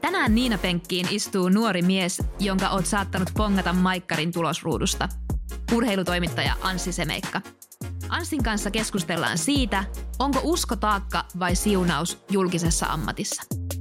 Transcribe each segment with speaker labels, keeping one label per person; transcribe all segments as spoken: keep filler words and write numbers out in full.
Speaker 1: Tänään Niina-penkkiin istuu nuori mies, jonka oot saattanut pongata Maikkarin tulosruudusta. Urheilutoimittaja Anssi Semeikka. Anssin kanssa keskustellaan siitä, onko usko taakka vai siunaus julkisessa ammatissa.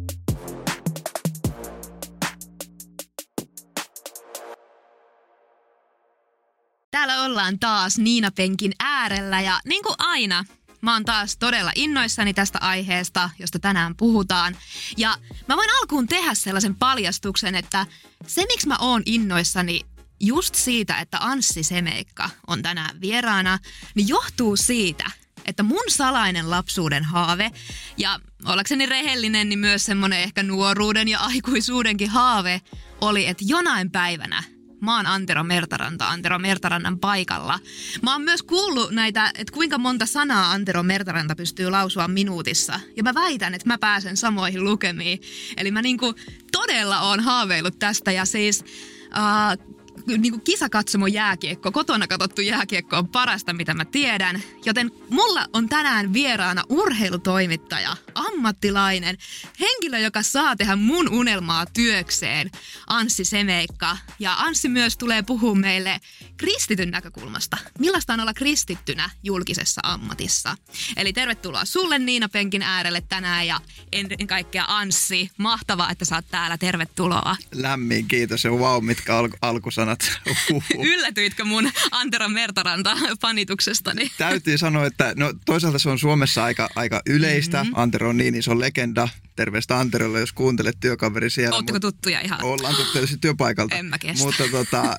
Speaker 1: Täällä ollaan taas Niina-penkin äärellä ja niin kuin aina, mä oon taas todella innoissani tästä aiheesta, josta tänään puhutaan. Ja mä voin alkuun tehdä sellaisen paljastuksen, että se miksi mä oon innoissani just siitä, että Anssi Semeikka on tänään vieraana, niin johtuu siitä, että mun salainen lapsuuden haave ja ollakseni rehellinen, niin myös semmoinen ehkä nuoruuden ja aikuisuudenkin haave oli, että jonain päivänä mä oon Antero Mertaranta, Antero Mertarannan paikalla. Mä oon myös kuullut näitä, että kuinka monta sanaa Antero Mertaranta pystyy lausua minuutissa. Ja mä väitän, että mä pääsen samoihin lukemiin. Eli mä niinku todella oon haaveillut tästä ja siis Uh, niin kuin kisakatsomo jääkiekko, kotona katsottu jääkiekko on parasta, mitä mä tiedän. Joten mulla on tänään vieraana urheilutoimittaja, ammattilainen, henkilö, joka saa tehdä mun unelmaa työkseen, Anssi Semeikka. Ja Anssi myös tulee puhua meille kristityn näkökulmasta. Millaista on olla kristittynä julkisessa ammatissa? Eli tervetuloa sulle Niina-penkin äärelle tänään ja ennen kaikkea Anssi. Mahtavaa, että sä oot täällä. Tervetuloa.
Speaker 2: Lämmin kiitos ja vau, mitkä al- alkusanat.
Speaker 1: Yllätyitkö mun Antero Mertaranta fanituksestani?
Speaker 2: Täytyy sanoa, että no, toisaalta se on Suomessa aika, aika yleistä. Mm-hmm. Antero on niin iso legenda. Terveistä Anterolle, jos kuuntelet työkaveri siellä.
Speaker 1: Ootteko tuttuja ihan?
Speaker 2: Ollaan tuttuja työpaikalta.
Speaker 1: En mä kestä.
Speaker 2: Mutta tota,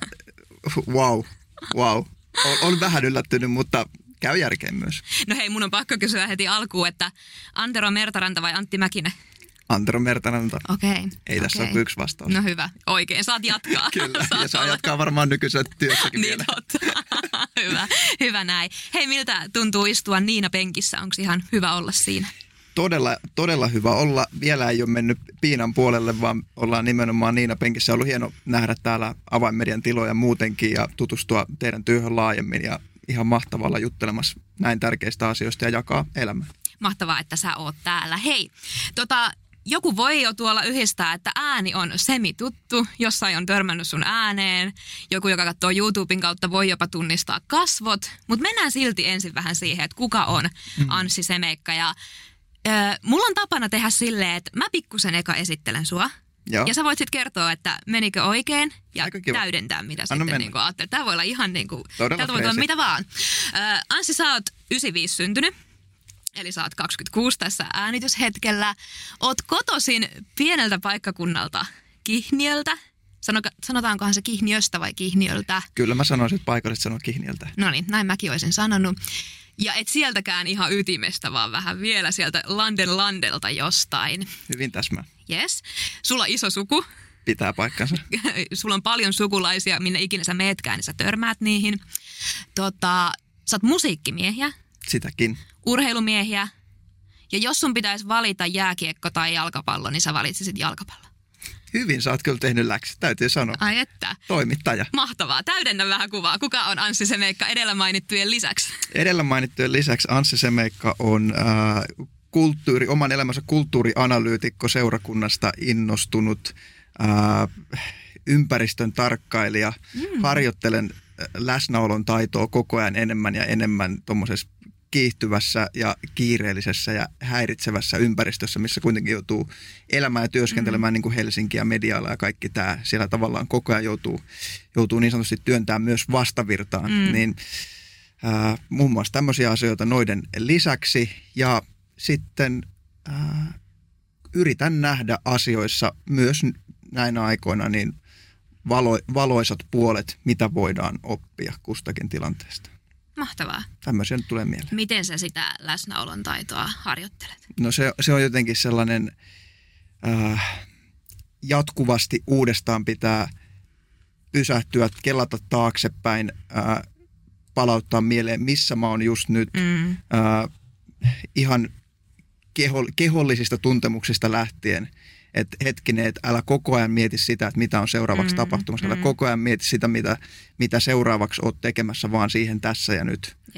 Speaker 2: wow, wow. Olen vähän yllättynyt, mutta käy järkeen myös.
Speaker 1: No hei, mun on pakko kysyä heti alkuun, että Antero Mertaranta vai Antti Mäkinen?
Speaker 2: Antero Mertaranta.
Speaker 1: Okei. Okay,
Speaker 2: Ei tässä
Speaker 1: okay.
Speaker 2: ole yksi vastaus.
Speaker 1: No hyvä, oikein. Saat jatkaa.
Speaker 2: Kyllä,
Speaker 1: Saat
Speaker 2: ja saa
Speaker 1: olla.
Speaker 2: jatkaa varmaan nykyisessä työssäkin
Speaker 1: niin
Speaker 2: vielä.
Speaker 1: Totta. hyvä, hyvä näin. Hei, miltä tuntuu istua Niina-penkissä? Onko ihan hyvä olla siinä?
Speaker 2: Todella, todella hyvä olla. Vielä ei ole mennyt piinan puolelle, vaan ollaan nimenomaan Niina-penkissä. On ollut hieno nähdä täällä Avainmedian tiloja muutenkin ja tutustua teidän työhön laajemmin ja ihan mahtavalla juttelemassa näin tärkeistä asioista ja jakaa elämää.
Speaker 1: Mahtavaa, että sä oot täällä. Hei, tota... Joku voi jo tuolla yhdistää, että ääni on semituttu, jossain on törmännyt sun ääneen. Joku, joka katsoo YouTuben kautta, voi jopa tunnistaa kasvot. Mutta mennään silti ensin vähän siihen, että kuka on mm. Anssi Semeikka. Ja, ö, mulla on tapana tehdä silleen, että mä pikkusen eka esittelen sua. Joo. Ja sä voit sitten kertoa, että menikö oikein ja täydentää, mitä Anna sitten niin ajattelet. Tämä voi olla ihan niin kuin, täältä voi olla mitä vaan. Ö, Anssi, sä oot yhdeksänkymmentäviisi syntynyt. Eli sä oot kaksikymmentäkuusi tässä äänityshetkellä. Oot kotoisin pieneltä paikkakunnalta Kihniöltä. Sanoka, sanotaankohan se Kihniöstä vai Kihniöltä?
Speaker 2: Kyllä mä sanoisin, että paikalliset sanoo Kihniöltä.
Speaker 1: No niin, näin mäkin olisin sanonut. Ja et sieltäkään ihan ytimestä, vaan vähän vielä sieltä Landen Landelta jostain.
Speaker 2: Hyvin täsmä.
Speaker 1: Yes. Sulla on iso suku.
Speaker 2: Pitää paikkansa.
Speaker 1: Sulla on paljon sukulaisia, minne ikinä sä meetkään, niin sä törmäät niihin. Tota, sä oot musiikkimiehiä.
Speaker 2: Sitäkin.
Speaker 1: Urheilumiehiä. Ja jos sun pitäisi valita jääkiekko tai jalkapallo, niin sä valitsisit jalkapallo.
Speaker 2: Hyvin, sä oot kyllä tehnyt läksyt, täytyy sanoa.
Speaker 1: Ai että.
Speaker 2: Toimittaja.
Speaker 1: Mahtavaa. Täydennä vähän kuvaa. Kuka on Anssi Semeikka edellä mainittujen lisäksi?
Speaker 2: Edellä mainittujen lisäksi Anssi Semeikka on äh, kulttuuri, oman elämänsä kulttuurianalyytikko, seurakunnasta innostunut, äh, ympäristön tarkkailija. Mm. Harjoittelen läsnäolon taitoa koko ajan enemmän ja enemmän tuommoisessa kiihtyvässä ja kiireellisessä ja häiritsevässä ympäristössä, missä kuitenkin joutuu elämään ja työskentelemään mm. niin kuin Helsinki ja medialla ja kaikki tämä. Siellä tavallaan koko ajan joutuu, joutuu niin sanotusti työntämään myös vastavirtaan. Mm. Niin, äh, muun muassa tämmöisiä asioita noiden lisäksi. Ja sitten äh, yritän nähdä asioissa myös näinä aikoina niin valo, valoisat puolet, mitä voidaan oppia kustakin tilanteesta.
Speaker 1: Mahtavaa.
Speaker 2: Tämmöisiä nyt tulee mieleen.
Speaker 1: Miten sä sitä läsnäolon taitoa harjoittelet?
Speaker 2: No se, se on jotenkin sellainen äh, jatkuvasti uudestaan pitää pysähtyä, kelata taaksepäin, äh, palauttaa mieleen, missä mä oon just nyt. Mm. Äh, ihan keho, kehollisista tuntemuksista lähtien. Että hetkinen, että älä koko ajan mieti sitä, että mitä on seuraavaksi mm, tapahtumassa. Älä mm. koko ajan mieti sitä, mitä, mitä seuraavaksi oot tekemässä, vaan siihen tässä ja nyt.
Speaker 1: Jep.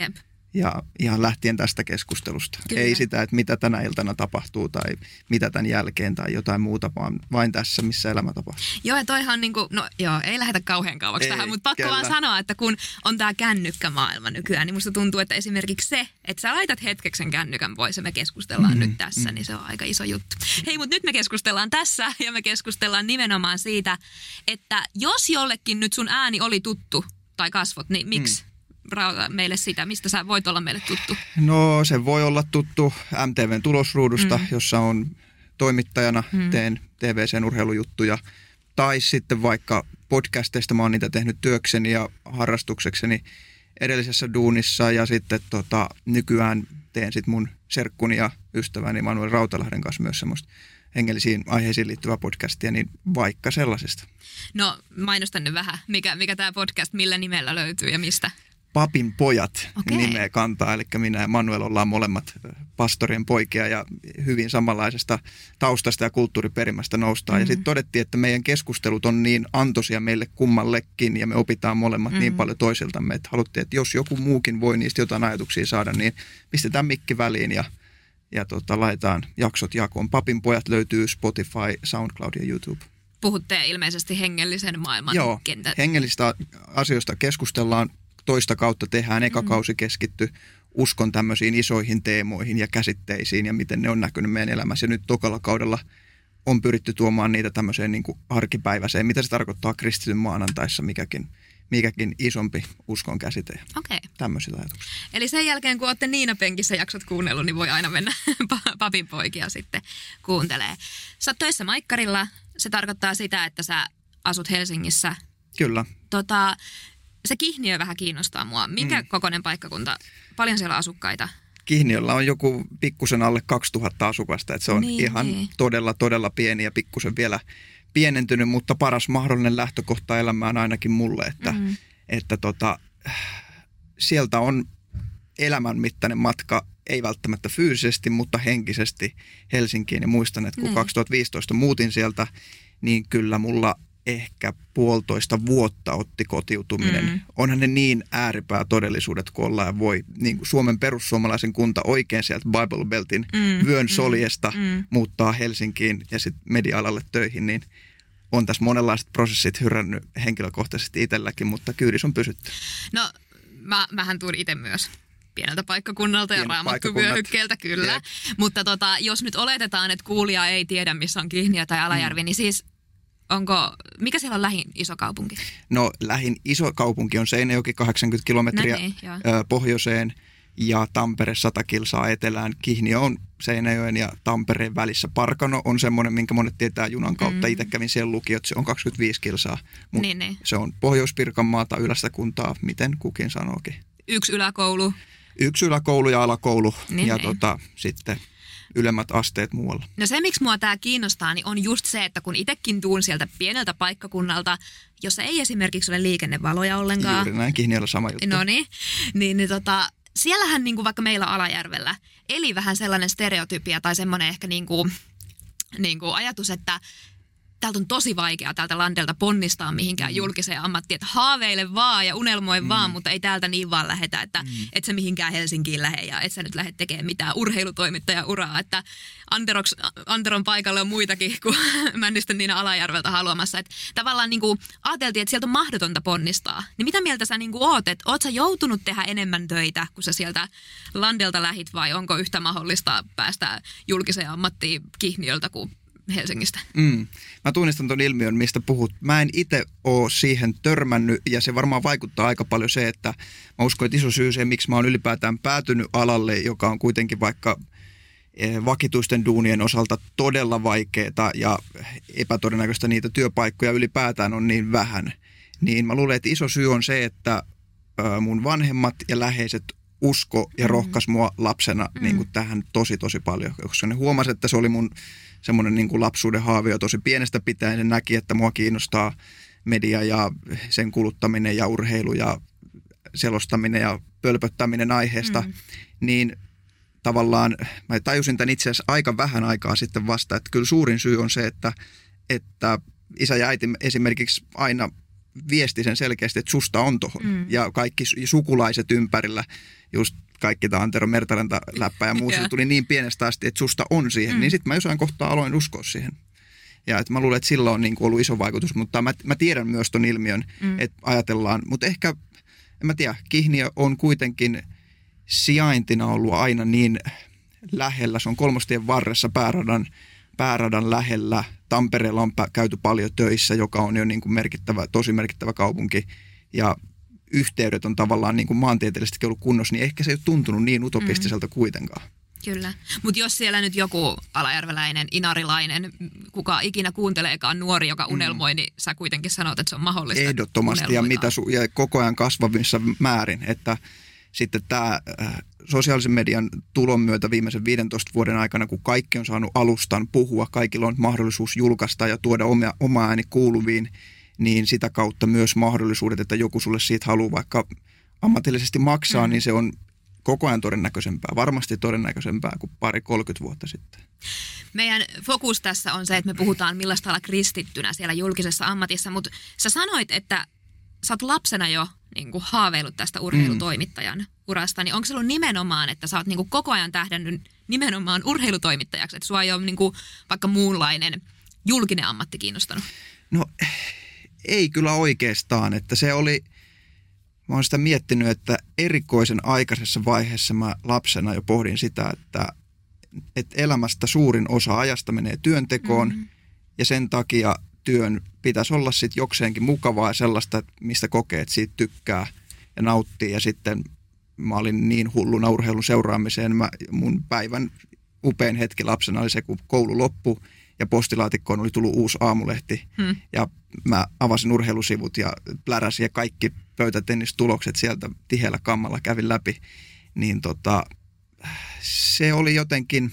Speaker 2: Ja ihan lähtien tästä keskustelusta.
Speaker 1: Kyllä.
Speaker 2: Ei sitä, että mitä tänä iltana tapahtuu tai mitä tämän jälkeen tai jotain muuta, vaan vain tässä, missä elämä tapahtuu.
Speaker 1: Joo, ja toihan niin kuin, no joo, ei lähetä kauhean kauaksi
Speaker 2: ei,
Speaker 1: tähän, mutta pakko
Speaker 2: kyllä.
Speaker 1: vaan sanoa, että kun on tämä kännykkämaailma nykyään, niin musta tuntuu, että esimerkiksi se, että sä laitat hetkeksi kännykän pois ja me keskustellaan mm, nyt tässä, mm. niin se on aika iso juttu. Hei, mutta nyt me keskustellaan tässä ja me keskustellaan nimenomaan siitä, että jos jollekin nyt sun ääni oli tuttu tai kasvot, niin miksi? Mm. Rauta meille sitä, mistä sä voit olla meille tuttu?
Speaker 2: No se voi olla tuttu M T V:n tulosruudusta, mm. jossa on toimittajana, mm. teen T V C:n urheilujuttuja. Tai sitten vaikka podcasteista, mä oon niitä tehnyt työkseni ja harrastuksekseni edellisessä duunissa. Ja sitten tota, nykyään teen sit mun serkkuni ja ystäväni Manuel Rautalahden kanssa myös semmoista hengellisiin aiheisiin liittyvää podcastia, niin vaikka sellaisesta.
Speaker 1: No mainostan nyt vähän, mikä, mikä tämä podcast, millä nimellä löytyy ja mistä?
Speaker 2: Papin pojat
Speaker 1: Okei.
Speaker 2: nimeä kantaa, eli minä ja Manuel ollaan molemmat pastorien poikia ja hyvin samanlaisesta taustasta ja kulttuuriperimästä noustaan. Mm-hmm. Ja sitten todettiin, että meidän keskustelut on niin antoisia meille kummallekin ja me opitaan molemmat mm-hmm. niin paljon toisiltamme, että haluttiin, että jos joku muukin voi niistä jotain ajatuksia saada, niin pistetään mikki väliin ja, ja tota, laitetaan jaksot jakoon. Papin pojat löytyy Spotify, SoundCloud ja YouTube.
Speaker 1: Puhutte ilmeisesti hengellisen maailman
Speaker 2: Joo,
Speaker 1: kentät.
Speaker 2: hengellisistä asioista keskustellaan. Toista kautta tehdään. Eka kausi keskitty uskon tämmöisiin isoihin teemoihin ja käsitteisiin ja miten ne on näkynyt meidän elämässä. Ja nyt tokalla kaudella on pyritty tuomaan niitä tämmöiseen niin kuin arkipäiväiseen. Mitä se tarkoittaa kristityn maanantaissa, mikäkin, mikäkin isompi uskon käsite.
Speaker 1: Okei.
Speaker 2: Tämmöisillä ajatuksilla.
Speaker 1: Eli sen jälkeen, kun olette Niina Penkissä jaksot kuunnellut, niin voi aina mennä papin poikia sitten kuuntelee. Sä oot töissä Maikkarilla. Se tarkoittaa sitä, että sä asut Helsingissä.
Speaker 2: Kyllä.
Speaker 1: Tota... Se Kihniö vähän kiinnostaa mua. Minkä mm. kokoinen paikkakunta? Paljon siellä asukkaita?
Speaker 2: Kihniöllä on joku pikkusen alle kaksituhatta asukasta. Että se on
Speaker 1: niin,
Speaker 2: ihan
Speaker 1: niin.
Speaker 2: todella, todella pieni ja pikkusen vielä pienentynyt, mutta paras mahdollinen lähtökohta elämään ainakin mulle. Että, mm. että tota, sieltä on elämänmittainen matka, ei välttämättä fyysisesti, mutta henkisesti Helsinkiin. Ja muistan, että kun niin. kaksituhattaviisitoista muutin sieltä, niin kyllä mulla ehkä puolitoista vuotta otti kotiutuminen. Mm. Onhan ne niin ääripää todellisuudet, kun ollaan ja voi niin kuin Suomen perussuomalaisen kunta oikein sieltä Bible Beltin mm. vyön mm. soljesta mm. muuttaa Helsinkiin ja sitten media-alalle töihin, niin on tässä monenlaiset prosessit hyrännyt henkilökohtaisesti itselläkin, mutta kyydis on pysytty.
Speaker 1: No, mä, mähän tuun itse myös pieneltä paikkakunnalta ja raamattuvyöhykkeeltä, kyllä. Jep. Mutta tota, jos nyt oletetaan, että kuulija ei tiedä, missä on Kihniö tai Alajärvi, mm. niin siis onko, mikä siellä on lähin iso kaupunki?
Speaker 2: No lähin iso kaupunki on Seinäjoki, kahdeksankymmentä kilometriä no niin, pohjoiseen ja Tampere sata kilsaa etelään. Kihniö on Seinäjoen ja Tampereen välissä. Parkano on semmoinen, minkä monet tietää junan kautta. Mm. Itse kävin siellä lukiot, se on kaksikymmentäviisi kilsaa. Mutta niin, niin. Se on Pohjois-Pirkanmaata, ylästä kuntaa, miten kukin sanookin.
Speaker 1: Yksi yläkoulu.
Speaker 2: Yksi yläkoulu ja alakoulu
Speaker 1: niin,
Speaker 2: ja
Speaker 1: niin.
Speaker 2: Tota, sitten ylemmät asteet muualla.
Speaker 1: No se, miksi mua tämä kiinnostaa, niin on just se, että kun itsekin tuun sieltä pieneltä paikkakunnalta, jossa ei esimerkiksi ole liikennevaloja ollenkaan.
Speaker 2: Juuri näin, Kihniöllä sama juttu.
Speaker 1: No niin, niin, niin tota, siellähän niin kuin vaikka meillä Alajärvellä eli vähän sellainen stereotypia tai semmoinen ehkä niin kuin, niin kuin ajatus, että täältä on tosi vaikea täältä landelta ponnistaa mihinkään mm. julkiseen ammattiin, että haaveile vaan ja unelmoi mm. vaan, mutta ei täältä niin vaan lähetä, että mm. et sä mihinkään Helsinkiin lähde ja et sä nyt lähde tekemään mitään urheilutoimittaja-uraa, että Anteroks, Anteron paikalle on muitakin kuin Männistön Niina Alajärveltä haluamassa, että tavallaan niin kuin ajateltiin, että sieltä on mahdotonta ponnistaa, niin mitä mieltä sä niin kuin oot, että oot sä joutunut tehdä enemmän töitä, kun sä sieltä landelta lähit vai onko yhtä mahdollista päästä julkiseen ammattiin Kihniöltä kuin Helsingistä?
Speaker 2: Mm. Mä tunnistan ton ilmiön, mistä puhut. Mä en itse ole siihen törmännyt ja se varmaan vaikuttaa aika paljon se, että mä uskon, että iso syy se, miksi mä oon ylipäätään päätynyt alalle, joka on kuitenkin vaikka vakituisten duunien osalta todella vaikeaa ja epätodennäköistä niitä työpaikkoja ylipäätään on niin vähän. Niin mä luulen, että iso syy on se, että mun vanhemmat ja läheiset usko ja rohkas mua lapsena mm. niin kuin tähän tosi tosi paljon, koska ne huomasi, että se oli mun semmoinen niin kuin lapsuuden haave jo tosi pienestä pitäen. Ne näki, että mua kiinnostaa media ja sen kuluttaminen ja urheilu ja selostaminen ja pölpöttäminen aiheesta. Mm. Niin tavallaan mä tajusin tämän itse asiassa aika vähän aikaa sitten vasta, että kyllä suurin syy on se, että, että isä ja äiti esimerkiksi aina viesti sen selkeästi, että susta on tohon. Mm. Ja kaikki sukulaiset ympärillä, just kaikki tämä Antero Mertaranta-läppä ja muu, se tuli niin pienestä asti, että susta on siihen, mm. niin sitten mä jossain kohtaa aloin uskoa siihen. Ja että mä luulen, että sillä on niin kuin ollut iso vaikutus, mutta mä, mä tiedän myös ton ilmiön, mm. että ajatellaan, mutta ehkä, en mä tiedä, Kihniö on kuitenkin sijaintina ollut aina niin lähellä, se on Kolmostien varressa pääradan, pääradan lähellä, Tampereella on käyty paljon töissä, joka on jo niin kuin merkittävä, tosi merkittävä kaupunki ja yhteydet on tavallaan niin kuin maantieteellisestikin ollut kunnossa, niin ehkä se ei ole tuntunut niin utopistiselta mm. kuitenkaan.
Speaker 1: Kyllä, mutta jos siellä nyt joku alajärveläinen, inarilainen, kuka ikinä kuunteleekaan nuori, joka unelmoi, mm. niin sä kuitenkin sanot, että se on mahdollista.
Speaker 2: Ehdottomasti ja, mitä su- ja koko ajan kasvavissa määrin, että sitten tämä äh, sosiaalisen median tulon myötä viimeisen viidentoista vuoden aikana, kun kaikki on saanut alustan puhua, kaikilla on mahdollisuus julkaista ja tuoda oma, oma ääni kuuluviin, niin sitä kautta myös mahdollisuudet, että joku sulle siitä haluaa vaikka ammatillisesti maksaa, mm. niin se on koko ajan todennäköisempää, varmasti todennäköisempää kuin pari kolmekymmentä vuotta sitten.
Speaker 1: Meidän fokus tässä on se, että me puhutaan millaista olla kristittynä siellä julkisessa ammatissa, mutta sä sanoit, että sä oot lapsena jo niin kuin haaveillut tästä urheilutoimittajan urasta, niin onko se ollut nimenomaan, että sä oot niin kuin koko ajan tähdännyt nimenomaan urheilutoimittajaksi, että sua ei ole niin kuin vaikka muunlainen julkinen ammatti kiinnostanut?
Speaker 2: No ei kyllä oikeastaan, että se oli, mä oon sitä miettinyt, että erikoisen aikaisessa vaiheessa mä lapsena jo pohdin sitä, että, että elämästä suurin osa ajasta menee työntekoon mm-hmm. ja sen takia työn pitäisi olla sitten jokseenkin mukavaa ja sellaista, mistä kokee, että siitä tykkää ja nauttii. Ja sitten mä olin niin hulluna urheilun seuraamiseen. Mä, mun päivän upein hetki lapsena oli se, kun koulu loppui ja postilaatikkoon oli tullut uusi aamulehti. Hmm. Ja mä avasin urheilusivut ja pläräsin ja kaikki pöytätennistulokset sieltä tiheällä kammalla kävin läpi. Niin tota, se oli jotenkin...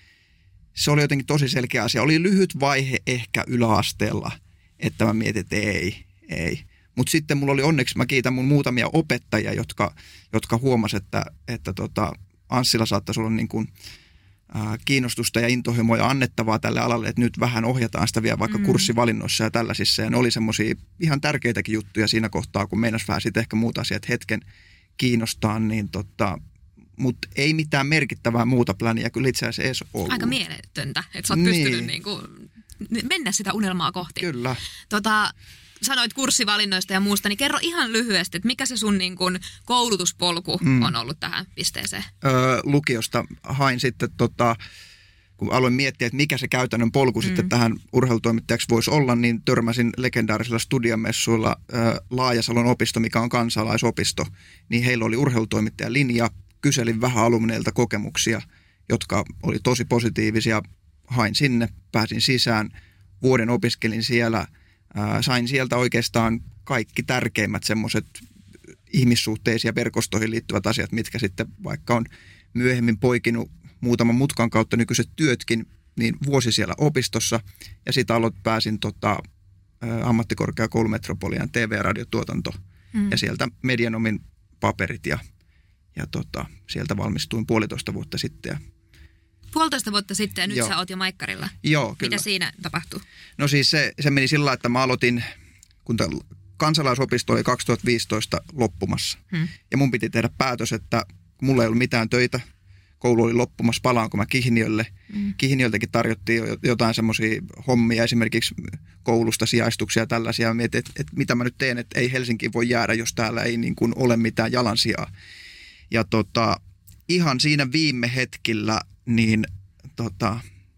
Speaker 2: Se oli jotenkin tosi selkeä asia. Oli lyhyt vaihe ehkä yläasteella, että mä mietin, että ei, ei. Mutta sitten mulla oli onneksi, mä kiitän mun muutamia opettajia, jotka, jotka huomasivat, että, että tota, Anssilla saattaisi olla niin kuin, äh, kiinnostusta ja intohimoja annettavaa tälle alalle, että nyt vähän ohjataan sitä vielä vaikka mm. kurssivalinnoissa ja tällaisissa. Ja ne oli semmoisia ihan tärkeitäkin juttuja siinä kohtaa, kun meinas vähän sitten ehkä muut asiat hetken kiinnostaa, niin tota... Mutta ei mitään merkittävää muuta pläniä kyllä itse asiassa edes ollut.
Speaker 1: Aika mieletöntä, että sä oot niin. pystynyt niinku mennä sitä unelmaa kohti.
Speaker 2: Kyllä.
Speaker 1: Tota, sanoit kurssivalinnoista ja muusta, niin kerro ihan lyhyesti, että mikä se sun niinku koulutuspolku mm. on ollut tähän pisteeseen? Öö,
Speaker 2: lukiosta hain sitten, tota, kun aloin miettiä, että mikä se käytännön polku mm. sitten tähän urheilutoimittajaksi voisi olla, niin törmäsin legendaarisilla studiamessuilla öö, Laajasalon opisto, mikä on kansalaisopisto, niin heillä oli urheilutoimittajan linja. Kyselin vähän alumneilta kokemuksia, jotka oli tosi positiivisia. Hain sinne, pääsin sisään, vuoden opiskelin siellä. Ää, sain sieltä oikeastaan kaikki tärkeimmät semmoiset ihmissuhteisiin ja verkostoihin liittyvät asiat, mitkä sitten vaikka on myöhemmin poikinut muutaman mutkan kautta nykyiset työtkin, niin vuosi siellä opistossa. Ja sitten aloit pääsin tota, ää, ammattikorkeakoulumetropolian T V- ja radiotuotanto mm. ja sieltä Medianomin paperit ja Ja tota, sieltä valmistuin puolitoista vuotta sitten. Ja...
Speaker 1: Puolitoista vuotta sitten ja nyt
Speaker 2: Joo.
Speaker 1: sä oot jo maikkarilla.
Speaker 2: Joo, kyllä.
Speaker 1: Mitä siinä tapahtui?
Speaker 2: No siis se, se meni sillä lailla, että mä aloitin, kun kansalaisopisto oli kaksituhattaviisitoista loppumassa. Hmm. Ja mun piti tehdä päätös, että kun mulla ei ollut mitään töitä, koulu oli loppumassa, palaanko mä Kihniölle. Hmm. Kihniöltäkin tarjottiin jotain semmoisia hommia, esimerkiksi koulusta sijaistuksia ja tällaisia. Ja mietin, että, että mitä mä nyt teen, että ei Helsinkiin voi jäädä, jos täällä ei niin kuin ole mitään jalansijaa. Ja tota, ihan siinä viime hetkillä niin tota,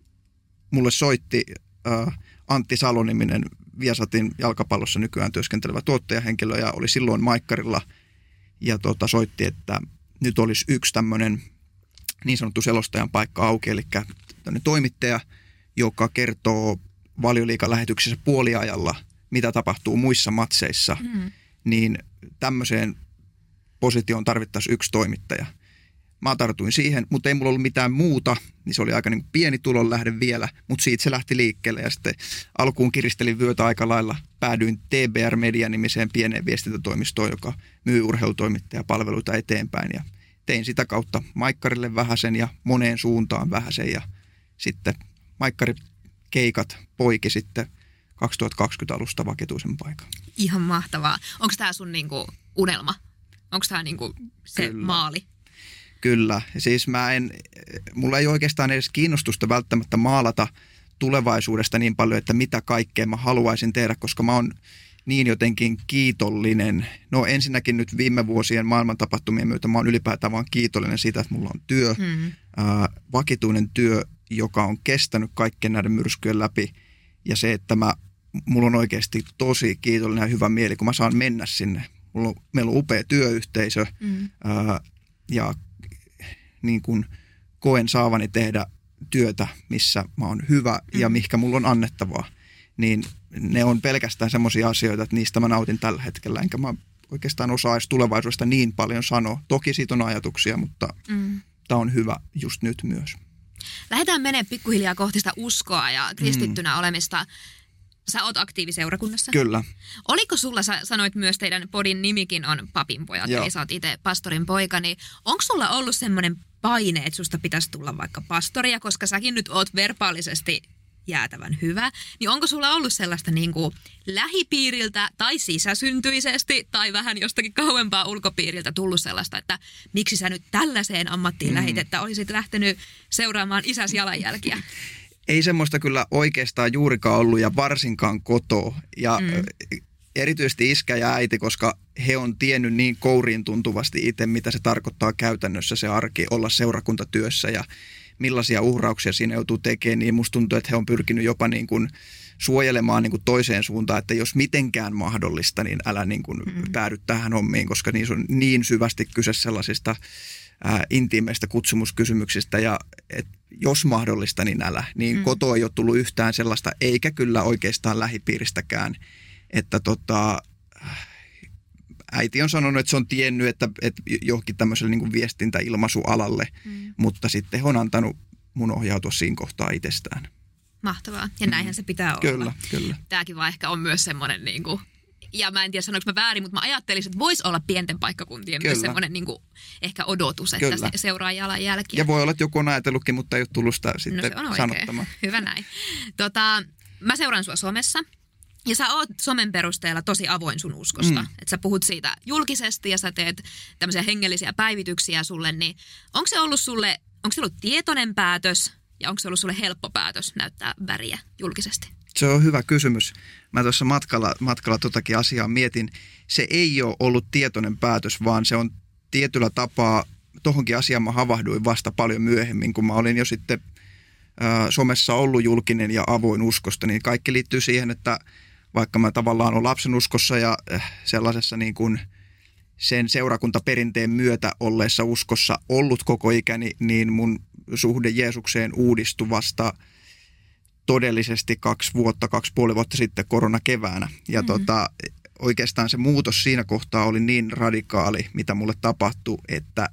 Speaker 2: mulle soitti äh, Antti Saloniminen, Viasatin jalkapallossa nykyään työskentelevä tuottajahenkilö ja oli silloin maikkarilla ja tota, soitti, että nyt olisi yksi tämmöinen niin sanottu selostajan paikka auki, eli toimittaja, joka kertoo Valioliigan-lähetyksessä puoliajalla, mitä tapahtuu muissa matseissa, mm. niin tämmöiseen positioon tarvittaisiin yksi toimittaja. Mä tartuin siihen, mutta ei mulla ollut mitään muuta, niin se oli aika niin pieni tulonlähde vielä, mutta siitä se lähti liikkeelle ja sitten alkuun kiristelin vyötä aika lailla. Päädyin T B R-media-nimiseen pieneen viestintätoimistoon, joka myy urheilutoimittajapalveluita eteenpäin ja tein sitä kautta maikkarille vähäsen ja moneen suuntaan vähäsen ja sitten maikkarikeikat poiki sitten kaksituhattakaksikymmentä alusta vakituisen paikan.
Speaker 1: Ihan mahtavaa. Onko tämä sun niinku unelma? Onko tämä niinku se
Speaker 2: Kyllä.
Speaker 1: maali?
Speaker 2: Kyllä. Siis mä en, mulla ei oikeastaan edes kiinnostusta välttämättä maalata tulevaisuudesta niin paljon, että mitä kaikkea mä haluaisin tehdä, koska mä oon niin jotenkin kiitollinen. No ensinnäkin nyt viime vuosien maailmantapahtumien myötä mä oon ylipäätään vaan kiitollinen siitä, että mulla on työ, mm-hmm. ää, vakituinen työ, joka on kestänyt kaikkien näiden myrskyjen läpi. Ja se, että mä, mulla on oikeasti tosi kiitollinen ja hyvä mieli, kun mä saan mennä sinne. Mulla on, meillä on upea työyhteisö mm-hmm. ää, ja niin kuin koen saavani tehdä työtä, missä mä oon hyvä mm-hmm. ja mihinkä mulla on annettavaa. Niin ne on pelkästään semmoisia asioita, että niistä mä nautin tällä hetkellä. Enkä mä oikeastaan osaa edes tulevaisuudesta niin paljon sanoa. Toki siitä on ajatuksia, mutta mm. tämä on hyvä just nyt myös.
Speaker 1: Lähdetään menemään pikkuhiljaa kohti sitä uskoa ja kristittynä mm. olemista. Sä oot aktiiviseurakunnassa.
Speaker 2: Kyllä.
Speaker 1: Oliko sulla, sä sanoit myös, teidän podin nimikin on Papinpojat, eli sä oot itse pastorin poika, niin onko sulla ollut semmoinen paine, että susta pitäisi tulla vaikka pastoria, koska säkin nyt oot verbaalisesti jäätävän hyvä, niin onko sulla ollut sellaista niin kuin lähipiiriltä tai sisäsyntyisesti tai vähän jostakin kauempaa ulkopiiriltä tullut sellaista, että miksi sä nyt tällaiseen ammattiin mm. lähit, että olisit lähtenyt seuraamaan isäsi jalanjälkiä?
Speaker 2: Ei semmoista kyllä oikeastaan juurikaan ollut ja varsinkaan kotoa ja mm. erityisesti iskä ja äiti, koska he on tiennyt niin kouriin tuntuvasti itse, mitä se tarkoittaa käytännössä se arki olla seurakuntatyössä ja millaisia uhrauksia siinä joutuu tekemään, niin musta tuntuu, että he on pyrkinyt jopa niin kuin suojelemaan niin kuin toiseen suuntaan, että jos mitenkään mahdollista, niin älä niin kuin mm. päädy tähän hommiin, koska niissä on niin syvästi kyse sellaisista ää, intiimeistä kutsumuskysymyksistä ja et jos mahdollista, niin älä. Niin mm. kotoa ei ole tullut yhtään sellaista, eikä kyllä oikeastaan lähipiiristäkään, että tota, äiti on sanonut, että se on tiennyt, että, että johonkin tämmöiselle niin kuin viestintäilmaisualalle, mm. mutta sitten he on antanut mun ohjautua siinä kohtaa itsestään.
Speaker 1: Mahtavaa. Ja näinhän mm. se pitää
Speaker 2: kyllä,
Speaker 1: olla.
Speaker 2: Kyllä.
Speaker 1: Tämäkin vaan ehkä on myös semmoinen, niin kuin, ja mä en tiedä sanoinko mä väärin, mutta mä ajattelisin, että voisi olla pienten paikkakuntien kyllä. myös semmoinen niin kuin, ehkä odotus, että kyllä. se seuraa jalanjälkiä.
Speaker 2: Ja voi olla, että joku on ajatellutkin, mutta ei ole tullut sitä sitten no sanottamaan.
Speaker 1: Hyvä näin. Tota, mä seuraan sua somessa. Ja sä oot somen perusteella tosi avoin sun uskosta. Mm. Että sä puhut siitä julkisesti ja sä teet tämmöisiä hengellisiä päivityksiä sulle. Niin onko se ollut sulle, onko se ollut tietoinen päätös ja onko se ollut sulle helppo päätös näyttää väriä julkisesti?
Speaker 2: Se on hyvä kysymys. Mä tuossa matkalla, matkalla totakin asiaa mietin. Se ei ole ollut tietoinen päätös, vaan se on tietyllä tapaa, tohonkin asiaan mä havahduin vasta paljon myöhemmin, kun mä olin jo sitten äh, somessa ollut julkinen ja avoin uskosta. Niin kaikki liittyy siihen, että vaikka mä tavallaan olen lapsenuskossa ja sellaisessa niin kuin sen seurakuntaperinteen myötä olleessa uskossa ollut koko ikäni, niin mun suhde Jeesukseen uudistui vasta todellisesti kaksi vuotta, kaksi puoli vuotta sitten koronakeväänä. Ja mm-hmm. tota, oikeastaan se muutos siinä kohtaa oli niin radikaali, mitä mulle tapahtui, että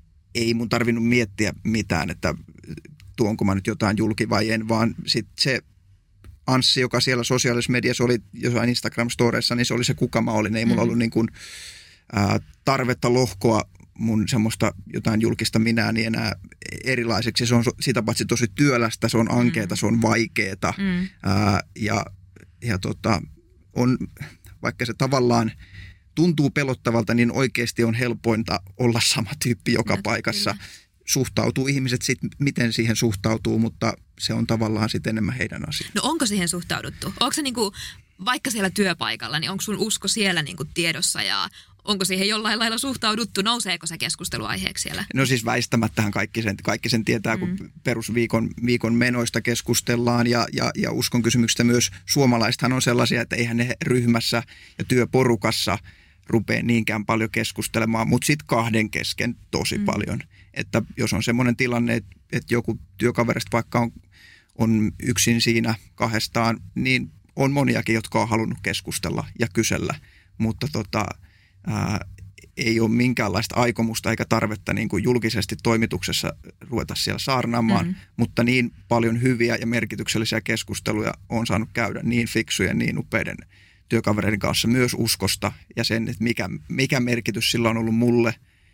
Speaker 2: ei mun tarvinnut miettiä mitään, että tuonko mä nyt jotain julki vai en, vaan sitten se Anssi, joka siellä sosiaalisessa mediassa oli jossain Instagram-storeissa, niin se oli se kuka mä olin. Ei mulla mm-hmm. ollut niin kuin, ää, tarvetta lohkoa mun semmoista jotain julkista minääni enää erilaiseksi. Se on sitä paitsi tosi työlästä, se on ankeeta, mm-hmm. se on vaikeeta. Mm-hmm. Ää, ja ja tota, on, vaikka se tavallaan tuntuu pelottavalta, niin oikeasti on helpointa olla sama tyyppi joka no, paikassa. Kyllä. Suhtautuu ihmiset sitten, miten siihen suhtautuu, mutta se on tavallaan sitten enemmän heidän asiaa.
Speaker 1: No onko siihen suhtauduttu? Onko se niinku, vaikka siellä työpaikalla, niin onko sun usko siellä niinku tiedossa ja onko siihen jollain lailla suhtauduttu? Nouseeko se keskusteluaiheeksi siellä?
Speaker 2: No siis väistämättähän kaikki sen, kaikki sen tietää, mm. kun perusviikon viikon menoista keskustellaan ja, ja, ja uskon kysymyksistä myös suomalaisethan on sellaisia, että eihän ne ryhmässä ja työporukassa rupea niinkään paljon keskustelemaan, mutta sitten kahden kesken tosi mm. paljon. Että jos on semmoinen tilanne, että, että joku työkaverista vaikka on, on yksin siinä kahdestaan, niin on moniakin, jotka on halunnut keskustella ja kysellä, mutta tota, ää, ei ole minkäänlaista aikomusta eikä tarvetta niin kuin julkisesti toimituksessa ruveta siellä saarnaamaan, mm-hmm. mutta niin paljon hyviä ja merkityksellisiä keskusteluja on saanut käydä niin fiksujen, niin upeiden työkavereiden kanssa myös uskosta ja sen, että mikä, mikä merkitys sillä on ollut mulle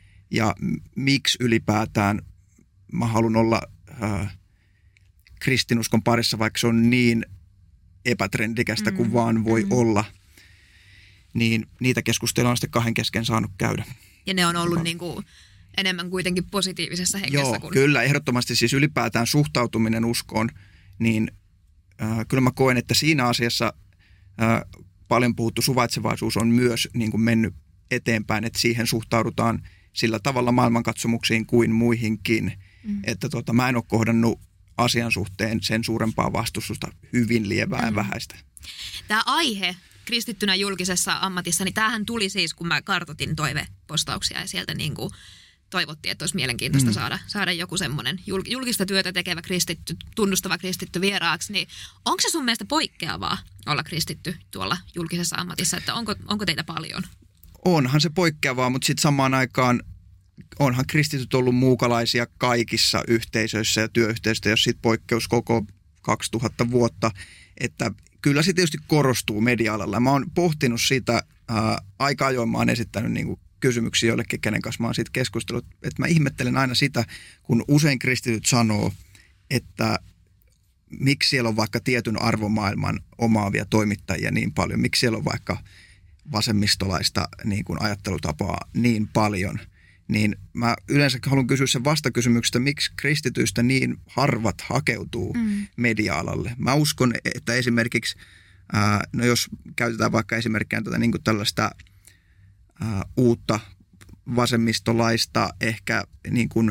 Speaker 2: ja miksi ylipäätään mä haluan olla äh, kristinuskon parissa, vaikka se on niin epätrendikästä mm, kuin vaan voi mm. olla, niin niitä keskusteluja on sitten kahden kesken saanut käydä.
Speaker 1: Ja ne on ollut niin kuin enemmän kuitenkin positiivisessa hengessä.
Speaker 2: Joo,
Speaker 1: kun...
Speaker 2: kyllä, ehdottomasti siis ylipäätään suhtautuminen uskoon, niin äh, kyllä mä koen, että siinä asiassa äh, paljon puhuttu suvaitsevaisuus on myös niin kuin mennyt eteenpäin, että siihen suhtaudutaan sillä tavalla maailmankatsomuksiin kuin muihinkin, mm. että tota, mä en ole kohdannut asian suhteen sen suurempaa vastustusta, hyvin lievää mm. ja vähäistä.
Speaker 1: Tämä aihe kristittynä julkisessa ammatissa, niin tämähän tuli siis, kun mä kartoitin toivepostauksia ja sieltä niin kuin toivottiin, että olisi mielenkiintoista mm. saada, saada joku semmoinen julkista työtä tekevä kristitty, tunnustava kristitty vieraaksi, niin onko se sun mielestä poikkeavaa olla kristitty tuolla julkisessa ammatissa, että onko, onko teitä paljon?
Speaker 2: Onhan se poikkeavaa, mutta sitten samaan aikaan onhan kristityt ollut muukalaisia kaikissa yhteisöissä ja työyhteisöissä, jos sitten poikkeus koko kaksituhatta vuotta, että kyllä se tietysti korostuu media-alalla. Mä oon pohtinut sitä, ää, aika ajoin mä oon esittänyt niinku kysymyksiä joillekin, kenen kanssa mä oon siitä keskustellut, että mä ihmettelen aina sitä, kun usein kristityt sanoo, että miksi siellä on vaikka tietyn arvomaailman omaavia toimittajia niin paljon, miksi siellä on vaikka vasemmistolaista niin kuin ajattelutapaa niin paljon, niin mä yleensä haluan kysyä sen vastakysymyksestä, miksi kristityistä niin harvat hakeutuu mm. media-alalle. Mä uskon, että esimerkiksi, ää, no jos käytetään vaikka esimerkkinä tätä niin kuin tällaista ää, uutta vasemmistolaista, ehkä niin kuin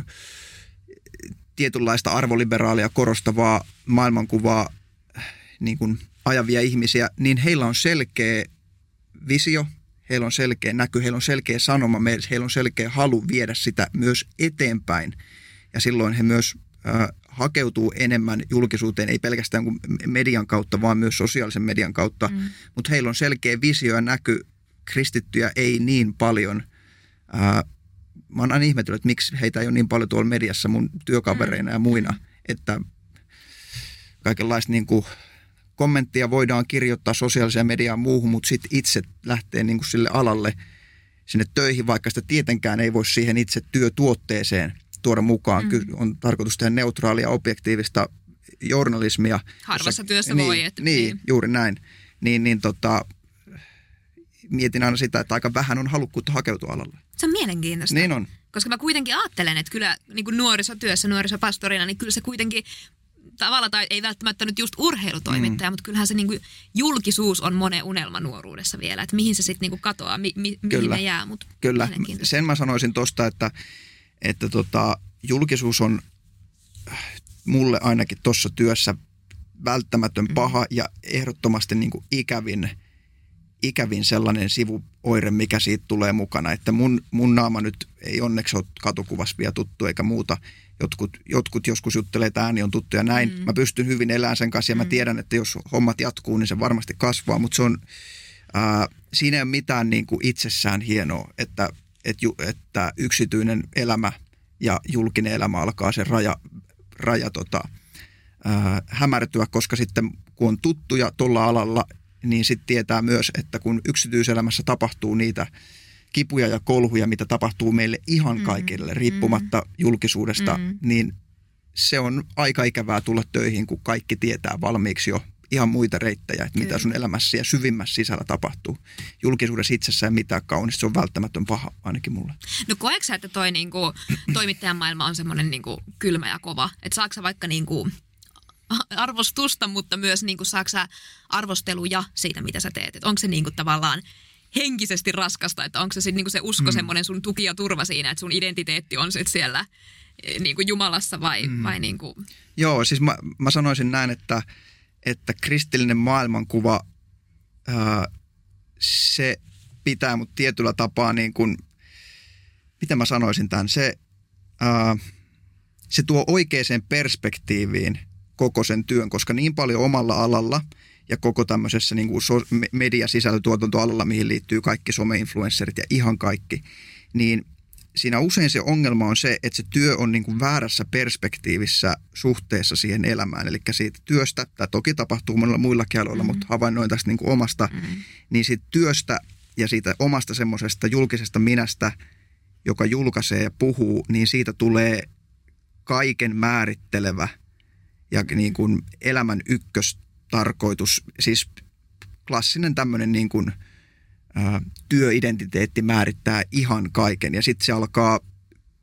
Speaker 2: tietynlaista arvoliberaalia korostavaa maailmankuvaa niin kuin ajavia ihmisiä, niin heillä on selkeä visio, heillä on selkeä näky, heillä on selkeä sanoma, heillä on selkeä halu viedä sitä myös eteenpäin. Ja silloin he myös äh, hakeutuu enemmän julkisuuteen, ei pelkästään kuin median kautta, vaan myös sosiaalisen median kautta. Mm. Mutta heillä on selkeä visio ja näky, kristittyjä ei niin paljon. Äh, mä oon aina ihmetellyt, että miksi heitä ei ole niin paljon tuolla mediassa mun työkavereina mm. ja muina, että kaikenlaista niin kuin kommenttia voidaan kirjoittaa sosiaaliseen mediaan muuhun, mutta sitten itse lähtee niin kuin sille alalle sinne töihin, vaikka sitä tietenkään ei voi siihen itse työtuotteeseen tuoda mukaan. Mm. Kyllä on tarkoitus tehdä neutraalia, objektiivista journalismia.
Speaker 1: Harvassa työssä
Speaker 2: niin,
Speaker 1: voi. Että
Speaker 2: niin, niin, juuri näin. Niin, niin tota, mietin aina sitä, että aika vähän on halukkuutta hakeutua alalle.
Speaker 1: Se on mielenkiintoista.
Speaker 2: Niin on.
Speaker 1: Koska mä kuitenkin ajattelen, että kyllä niin kuin nuorisotyössä, nuorisopastorina, niin kyllä se kuitenkin tavalla tai ei välttämättä nyt just urheilutoimittaja, mm. mutta kyllähän se niin kuin julkisuus on monen unelma nuoruudessa vielä, että mihin se sitten niin kuin katoaa, mi, mi, mihin
Speaker 2: kyllä.
Speaker 1: ne jää. Mut
Speaker 2: kyllä, sen mä sanoisin tosta, että, että tota, julkisuus on mulle ainakin tuossa työssä välttämätön paha mm. ja ehdottomasti niin kuin ikävin, ikävin sellainen sivuoire, mikä siitä tulee mukana, että mun, mun naama nyt ei onneksi ole katukuvassa vielä tuttu eikä muuta. Jotkut, jotkut joskus juttelee, että ääni on tuttu ja näin. Mm. Mä pystyn hyvin elämään sen kanssa ja mä tiedän, että jos hommat jatkuu, niin se varmasti kasvaa. Mutta se on, ää, siinä ei ole mitään niin kuin itsessään hienoa, että, että, että yksityinen elämä ja julkinen elämä alkaa sen raja, raja tota, ää, hämärtyä, koska sitten kun on tuttuja tuolla alalla, niin sitten tietää myös, että kun yksityiselämässä tapahtuu niitä kipuja ja kolhuja, mitä tapahtuu meille ihan kaikille, mm, riippumatta mm, julkisuudesta, mm. niin se on aika ikävää tulla töihin, kun kaikki tietää valmiiksi jo ihan muita reittejä, että mitä sun elämässä ja syvimmässä sisällä tapahtuu. Julkisuudessa itsessään mitään kaunista, se on välttämätön paha, ainakin mulle.
Speaker 1: No koetko sä, että toi niinku, toimittajan maailma on semmoinen niinku kylmä ja kova? Että saako sä vaikka niinku arvostusta, mutta myös niinku saako sä arvosteluja siitä, mitä sä teet? Et onko se niinku tavallaan henkisesti raskasta, että onko se sitten niinku se usko mm. semmoinen sun tuki ja turva siinä, että sun identiteetti on sitten siellä niinku Jumalassa vai, mm. vai niinku?
Speaker 2: Joo, siis mä, mä sanoisin näin, että, että kristillinen maailmankuva, ää, se pitää mut tietyllä tapaa niin kuin, miten mä sanoisin tämän, se, ää, se tuo oikeaan perspektiiviin koko sen työn, koska niin paljon omalla alalla ja koko tämmöisessä niin kuin mediasisältötuotantoalalla, mihin liittyy kaikki some-influencerit ja ihan kaikki, niin siinä usein se ongelma on se, että se työ on niin kuin väärässä perspektiivissä suhteessa siihen elämään. Eli siitä työstä, tämä toki tapahtuu monilla muillakin aloilla, mm-hmm. mutta havainnoin tästä niin kuin omasta, mm-hmm. niin siitä työstä ja siitä omasta semmoisesta julkisesta minästä, joka julkaisee ja puhuu, niin siitä tulee kaiken määrittelevä ja niin kuin elämän ykköstarkoitus, siis klassinen tämmöinen niin kuin ä, työidentiteetti määrittää ihan kaiken ja sitten se alkaa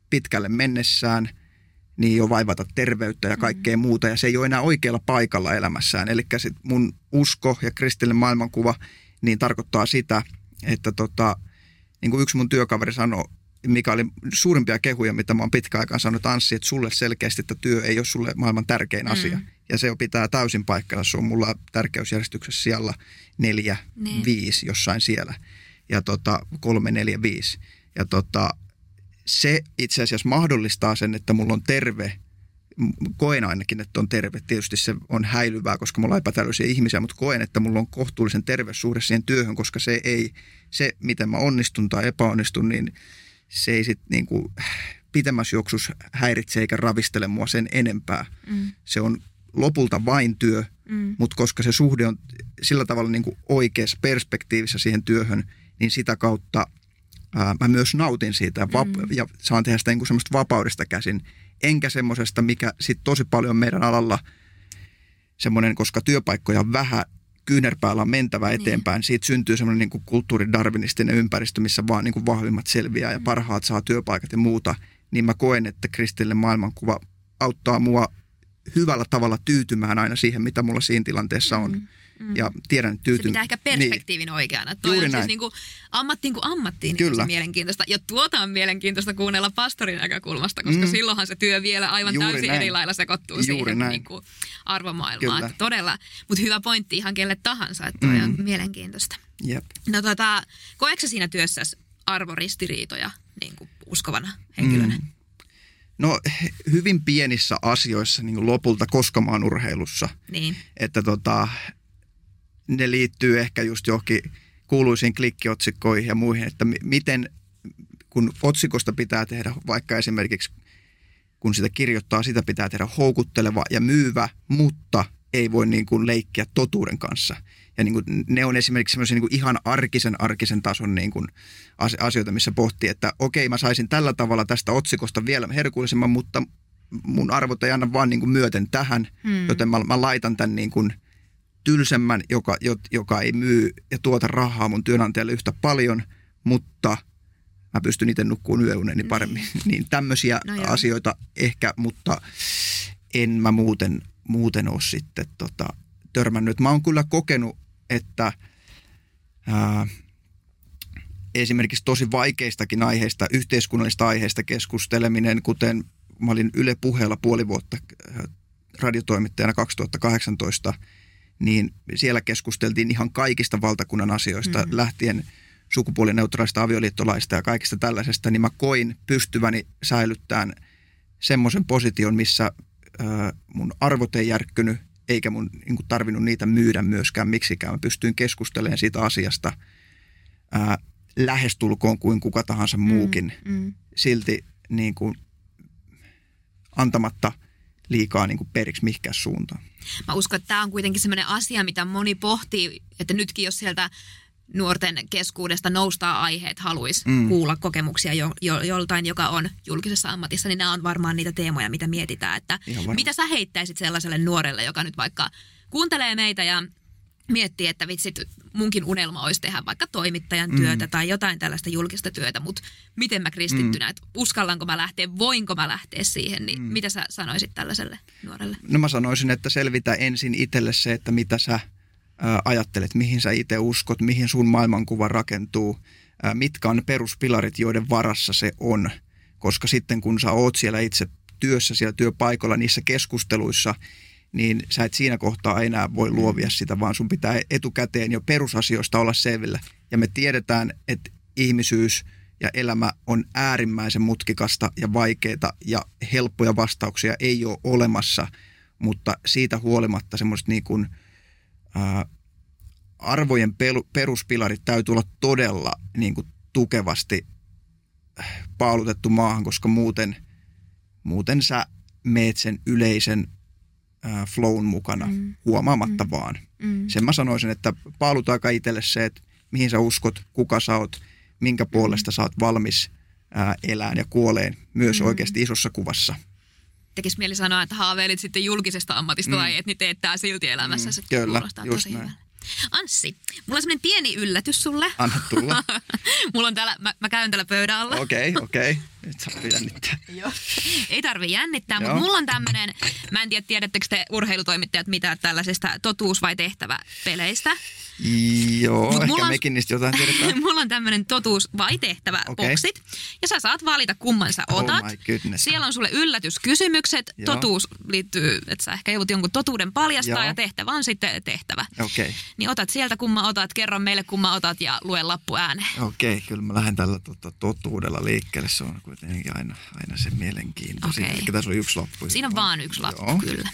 Speaker 2: pitkälle mennessään, niin jo vaivata terveyttä ja kaikkea mm. muuta. Ja se ei ole enää oikealla paikalla elämässään. Eli sit mun usko ja kristillinen maailmankuva niin tarkoittaa sitä, että tota, niin kuin yksi mun työkaveri sanoi, mikä oli suurimpia kehuja, mitä mä oon pitkään aikaan sanonut, Anssi, että sulle selkeästi, että työ ei ole sulle maailman tärkein mm. asia. Ja se pitää täysin paikkansa. Se on mulla tärkeysjärjestyksessä siellä neljä, ne. viisi jossain siellä. Ja tota, kolme, neljä, viisi. Ja tota, se itse asiassa mahdollistaa sen, että mulla on terve, koen ainakin, että on terve. Tietysti se on häilyvää, koska mulla on epätäydellisiä ihmisiä, mutta koen, että mulla on kohtuullisen terve suhde siihen työhön, koska se ei, se miten mä onnistun tai epäonnistun, niin se ei sitten niin kuin pitemmässä juoksussa häiritse eikä ravistele mua sen enempää. Mm. Se on lopulta vain työ, mm. mutta koska se suhde on sillä tavalla niin kuin oikeassa perspektiivissä siihen työhön, niin sitä kautta ää, mä myös nautin siitä ja, vap- mm. ja saan tehdä sitä niin kuin semmoista vapaudesta käsin. Enkä semmoisesta, mikä sitten tosi paljon meidän alalla semmoinen, koska työpaikkoja on vähän, kyynärpäällä on mentävä eteenpäin. Niin. Siitä syntyy semmoinen niin kuin kulttuuridarwinistinen ympäristö, missä vaan niin kuin vahvimmat selviää ja parhaat saa työpaikat ja muuta. Niin mä koen, että kristillinen maailmankuva auttaa mua hyvällä tavalla tyytymään aina siihen, mitä mulla siinä tilanteessa on. Mm. Mm. Ja tiedän, että tyytyn... Se pitää
Speaker 1: ehkä perspektiivin niin. oikeana. Toi Juuri on näin. Siis niin kuin ammattiin kuin ammattiin niin Kyllä. mielenkiintoista. Ja tuota on mielenkiintoista kuunnella pastorin näkökulmasta, koska mm. silloinhan se työ vielä aivan Juuri täysin näin. eri lailla sekoittuu Juuri siihen niin kuin arvomaailmaan. Että todella, mutta hyvä pointti ihan kelle tahansa, että toi mm. on mielenkiintoista.
Speaker 2: Jep.
Speaker 1: No tota, koetko sinä työssäsi arvoristiriitoja niin kuin uskovana henkilönä? Mm.
Speaker 2: No hyvin pienissä asioissa niin kuin lopulta, koska mä oon urheilussa.
Speaker 1: Niin.
Speaker 2: Että tota... Ne liittyy ehkä just johonkin kuuluisiin klikkiotsikkoihin ja muihin, että miten, kun otsikosta pitää tehdä vaikka esimerkiksi, kun sitä kirjoittaa, sitä pitää tehdä houkutteleva ja myyvä, mutta ei voi niin kuin leikkiä totuuden kanssa. Ja niin kuin ne on esimerkiksi semmoisia niin kuin ihan arkisen, arkisen tason niin kuin asioita, missä pohtii, että okei, mä saisin tällä tavalla tästä otsikosta vielä herkullisemman, mutta mun arvot ei anna vaan niin kuin myöten tähän, hmm. joten mä, mä laitan tämän niin kuin tylsemmän, joka, joka ei myy ja tuota rahaa mun työnantajalle yhtä paljon, mutta mä pystyn itse nukkuun yöuneni paremmin. Niin, niin tämmöisiä no asioita ehkä, mutta en mä muuten, muuten ole sitten tota, törmännyt. Mä oon kyllä kokenut, että ää, esimerkiksi tosi vaikeistakin aiheista, yhteiskunnallisista aiheista keskusteleminen, kuten mä olin Yle Puheella puoli vuotta radiotoimittajana kaksituhattakahdeksantoista, niin siellä keskusteltiin ihan kaikista valtakunnan asioista, mm-hmm. lähtien sukupuolineutraalista avioliittolaista ja kaikista tällaisesta, niin mä koin pystyväni säilyttämään semmoisen position, missä ö, mun arvot ei järkkynyt, eikä mun niin kuin, tarvinnut niitä myydä myöskään miksikään. Mä pystyin keskustelemaan siitä asiasta ö, lähestulkoon kuin kuka tahansa muukin, mm-hmm. silti niin kuin, antamatta liikaa niin kuin periksi mihinkään suuntaan.
Speaker 1: Mä uskon, että tämä on kuitenkin sellainen asia, mitä moni pohtii, että nytkin jos sieltä nuorten keskuudesta noustaa aiheet, haluaisi mm. kuulla kokemuksia jo, jo, joltain, joka on julkisessa ammatissa, niin nämä on varmaan niitä teemoja, mitä mietitään. Että mitä sä heittäisit sellaiselle nuorelle, joka nyt vaikka kuuntelee meitä ja miettii, että vitsit, munkin unelma olisi tehdä vaikka toimittajan työtä mm. tai jotain tällaista julkista työtä, mutta miten mä kristittynä, mm. että uskallanko mä lähteä, voinko mä lähteä siihen, niin mm. mitä sä sanoisit tällaiselle nuorelle?
Speaker 2: No mä sanoisin, että selvitä ensin itselle se, että mitä sä ää, ajattelet, mihin sä itse uskot, mihin sun maailmankuva rakentuu, ää, mitkä on ne peruspilarit, joiden varassa se on, koska sitten kun sä oot siellä itse työssä, siellä työpaikalla, niissä keskusteluissa, niin sä et siinä kohtaa enää voi luovia sitä, vaan sun pitää etukäteen jo perusasioista olla selvillä. Ja me tiedetään, että ihmisyys ja elämä on äärimmäisen mutkikasta ja vaikeaa ja helppoja vastauksia ei ole olemassa, mutta siitä huolimatta semmoiset niin kuin, ää, arvojen peruspilarit täytyy olla todella niin kuin tukevasti paalutettu maahan, koska muuten, muuten sä meet sen yleisen flown mukana mm. huomaamatta mm. vaan. Mm. Sen mä sanoisin, että paalutaanko itselle se, että mihin sä uskot, kuka sä oot, minkä puolesta mm. sä oot valmis ää, elään ja kuoleen myös mm. oikeasti isossa kuvassa.
Speaker 1: Tekisi mieli sanoa, että haaveilit sitten julkisesta ammatista mm. tai et niin teet tää silti elämässä.
Speaker 2: Mm. Kyllä, just näin.
Speaker 1: Anssi, mulla on semmoinen pieni yllätys sulle.
Speaker 2: Anna tulla.
Speaker 1: Mulla on täällä, mä, mä käyn täällä pöydän alla.
Speaker 2: Okei, okay, okei. Okay. Nyt saa jännittää.
Speaker 1: Joo. Ei tarvi jännittää, mutta mulla on tämmönen, mä en tiedä, tiedättekö te urheilutoimittajat mitä tällaisista totuus- vai tehtävä-peleistä?
Speaker 2: Joo,
Speaker 1: Mut
Speaker 2: ehkä
Speaker 1: on,
Speaker 2: mekin niistä jotain tiedetään.
Speaker 1: Mulla on tämmönen totuus- vai tehtävä-boksit. Okay. Ja sä saat valita kumman sä otat.
Speaker 2: Oh my goodness.
Speaker 1: Siellä on sulle yllätyskysymykset. Joo. Totuus liittyy, että sä ehkä joudut jonkun totuuden paljastaa. Joo. Ja tehtävä on sitten tehtävä.
Speaker 2: Okei. Okay.
Speaker 1: Niin otat sieltä kumman otat, kerro meille kumman otat ja lue lappu ääneen.
Speaker 2: Okei, okay, kyllä mä lähden tällä tota, totuudella liikkeelle. Se on kuitenkin aina, aina se mielenkiintoisin.
Speaker 1: Okay.
Speaker 2: Ehkä tässä on yksi lappu.
Speaker 1: Siinä on vaan yksi lappu,
Speaker 2: Joo.
Speaker 1: kyllä.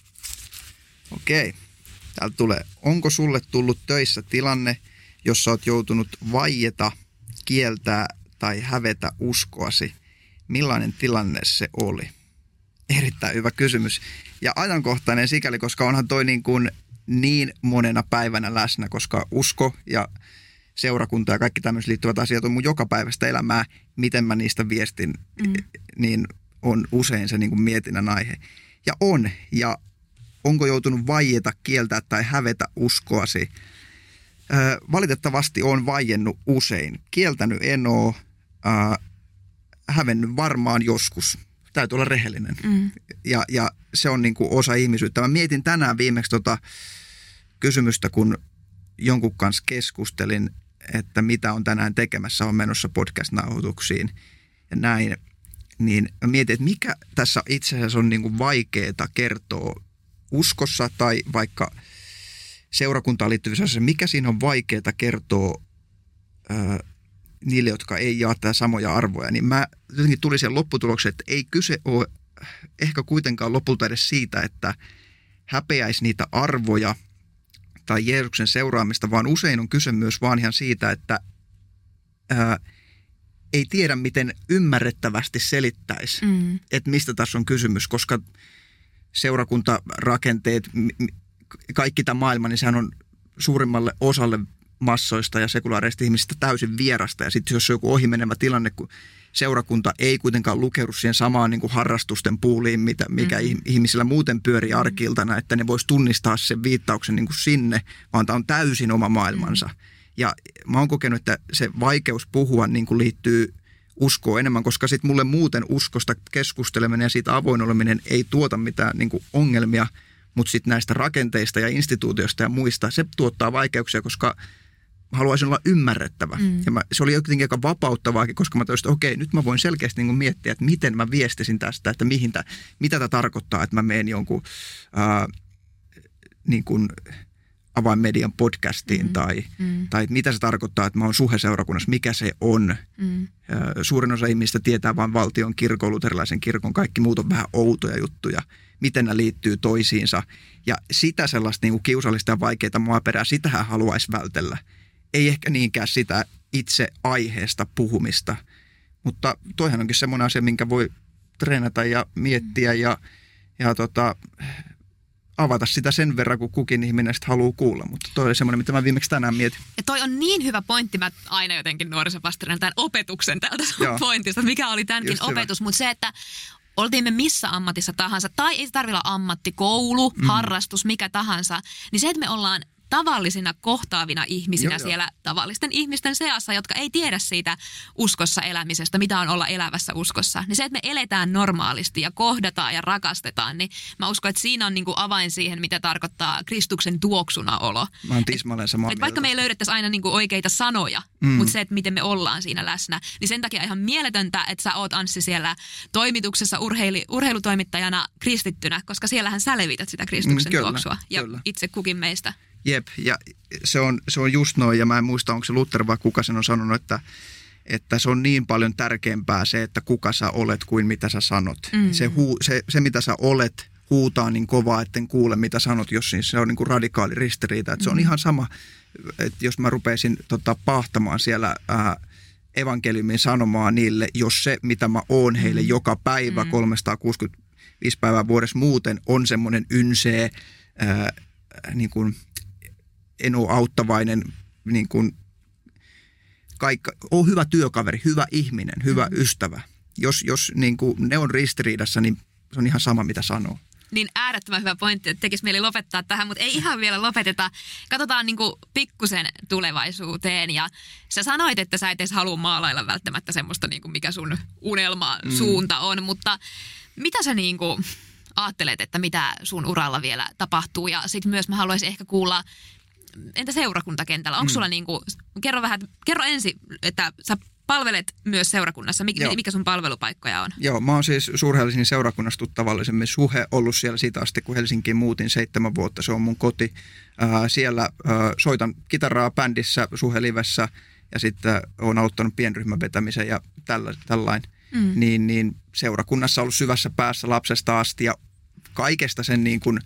Speaker 2: Okei. Okay. Täältä tulee, onko sulle tullut töissä tilanne, jossa olet joutunut vaieta, kieltää tai hävetä uskoasi? Millainen tilanne se oli? Erittäin hyvä kysymys. Ja ajankohtainen sikäli, koska onhan toi niin, kuin niin monena päivänä läsnä, koska usko ja seurakunta ja kaikki tämmöiset liittyvät asiat on mun jokapäiväistä elämää. Miten mä niistä viestin, mm. niin on usein se niin kuin mietinnän aihe. Ja on, ja onko joutunut vaieta, kieltää tai hävetä uskoasi? Öö, valitettavasti olen vaiennut usein. Kieltänyt en ole, äh, hävennyt varmaan joskus. Täytyy olla rehellinen. Mm. Ja, ja se on niin kuin osa ihmisyyttä. Mä mietin tänään viimeksi tota kysymystä, kun jonkun kanssa keskustelin, että mitä on tänään tekemässä. On menossa podcast-nauhoituksiin ja näin. Niin mä mietin, että mikä tässä itse asiassa on niin kuin vaikeaa kertoa uskossa tai vaikka seurakuntaan liittyvissä asioissa, mikä siinä on vaikeaa kertoa ää, niille, jotka ei jaa tätä samoja arvoja, niin mä jotenkin tulin siihen lopputulokseen, että ei kyse ole ehkä kuitenkaan lopulta edes siitä, että häpeäisi niitä arvoja tai Jeesuksen seuraamista, vaan usein on kyse myös vaan ihan siitä, että ää, ei tiedä, miten ymmärrettävästi selittäisi, mm. että mistä tässä on kysymys, koska seurakuntarakenteet, kaikki tämä maailma, niin sehän on suurimmalle osalle massoista ja sekulaareista ihmisistä täysin vierasta. Ja sitten jos on joku ohimenevä tilanne, kun seurakunta ei kuitenkaan lukeudu siihen samaan niin kuin harrastusten puuliin, mitä, mikä mm-hmm. ihmisillä muuten pyörii arki-iltana, että ne vois tunnistaa sen viittauksen niin kuin sinne, vaan tämä on täysin oma maailmansa. Mm-hmm. Ja mä oon kokenut, että se vaikeus puhua niin kuin liittyy uskoa enemmän, koska sitten mulle muuten uskosta keskusteleminen ja siitä avoin oleminen ei tuota mitään niin kuin ongelmia, mutta sitten näistä rakenteista ja instituutioista ja muista se tuottaa vaikeuksia, koska haluaisin olla ymmärrettävä. Mm. Ja mä, se oli jotenkin aika vapauttavaakin, koska mä toisin, että okei, nyt mä voin selkeästi niin kuin miettiä, että miten mä viestisin tästä, että mihin tää, mitä tämä tarkoittaa, että mä menen jonkun ää, niin kuin avainmedian podcastiin mm. tai, mm. tai mitä se tarkoittaa, että mä oon suheseurakunnassa, mikä se on. Mm. Suurin osa ihmistä tietää vain valtion kirkon, luterilaisen kirkon, kaikki muut on vähän outoja juttuja, miten ne liittyy toisiinsa. Ja sitä sellaista niin kuin kiusallista ja vaikeaa maaperää, sitähän haluaisi vältellä. Ei ehkä niinkään sitä itse aiheesta puhumista, mutta toihan onkin semmoinen asia, minkä voi treenata ja miettiä ja, ja tota, avata sitä sen verran, kun kukin ihminen sitä haluaa kuulla. Mutta toi oli semmoinen, mitä mä viimeksi tänään mietin.
Speaker 1: Ja toi on niin hyvä pointti. Mä aina jotenkin nuorisopastorina tämän opetuksen täältä sun pointista, mikä oli tämänkin Just opetus. Mutta se, että oltiin me missä ammatissa tahansa, tai ei tarvitse olla ammatti, koulu, mm. harrastus, mikä tahansa, niin se, että me ollaan tavallisina kohtaavina ihmisinä joo, siellä joo. tavallisten ihmisten seassa, jotka ei tiedä siitä uskossa elämisestä, mitä on olla elävässä uskossa. Niin se, että me eletään normaalisti ja kohdataan ja rakastetaan, niin mä uskon, että siinä on niinku avain siihen, mitä tarkoittaa Kristuksen tuoksuna olo.
Speaker 2: Mä oon tismalleen samaa mieltä.
Speaker 1: Vaikka me ei löydettäisi aina niinku oikeita sanoja, mm. mutta se, että miten me ollaan siinä läsnä, niin sen takia ihan mieletöntä, että sä oot Anssi siellä toimituksessa urheili, urheilutoimittajana kristittynä, koska siellähän sä levität sitä Kristuksen mm, kyllä, tuoksua ja kyllä. itse kukin meistä.
Speaker 2: Jep, ja se on, se on just noin, ja mä en muista, onko se Luther vai kuka sen on sanonut, että, että se on niin paljon tärkeämpää se, että kuka sä olet kuin mitä sä sanot. Mm. Se, huu, se, se, mitä sä olet, huutaa niin kovaa, etten kuule, mitä sanot, jos siis se on niin kuin radikaali ristiriita. Että se on ihan sama, että jos mä rupeisin tota, pahtamaan siellä ää, evankeliumin sanomaan niille, jos se, mitä mä oon heille mm. joka päivä, mm. kolmesataakuusikymmentäviisi päivää vuodessa muuten, on semmoinen ynsee, ää, niin kuin en ole auttavainen, niin kuin, kaikka, ole hyvä työkaveri, hyvä ihminen, hyvä mm. ystävä. Jos, jos niin kuin, ne on ristiriidassa, niin se on ihan sama, mitä sanoo.
Speaker 1: niin äärettömän hyvä pointti, että tekisi mieli lopettaa tähän, mutta ei ihan vielä lopeteta. Katsotaan niin kuin pikkusen tulevaisuuteen ja sä sanoit, että sä et edes halua maalailla välttämättä semmoista, niin kuin mikä sun unelma suunta on, mutta mitä sä niin kuin ajattelet, että mitä sun uralla vielä tapahtuu ja sitten myös mä haluaisin ehkä kuulla, entä seurakuntakentällä? Onko mm. sulla niin kuin, kerro vähän, kerro ensin, että sä palvelet myös seurakunnassa. Mikä, mikä sun palvelupaikkoja on? Joo,
Speaker 2: mä oon siis Suur-Helsingin seurakunnassa tavallisemmin Suhe ollut siellä siitä asti, kun Helsinkiin muutin seitsemän vuotta. Se on mun koti. Ää, siellä ää, soitan kitaraa bändissä Suhe-livessä ja sitten oon aloittanut pienryhmän vetämisen ja tällä, tällainen. Mm. Niin, niin seurakunnassa ollut syvässä päässä lapsesta asti ja kaikesta sen niin kuin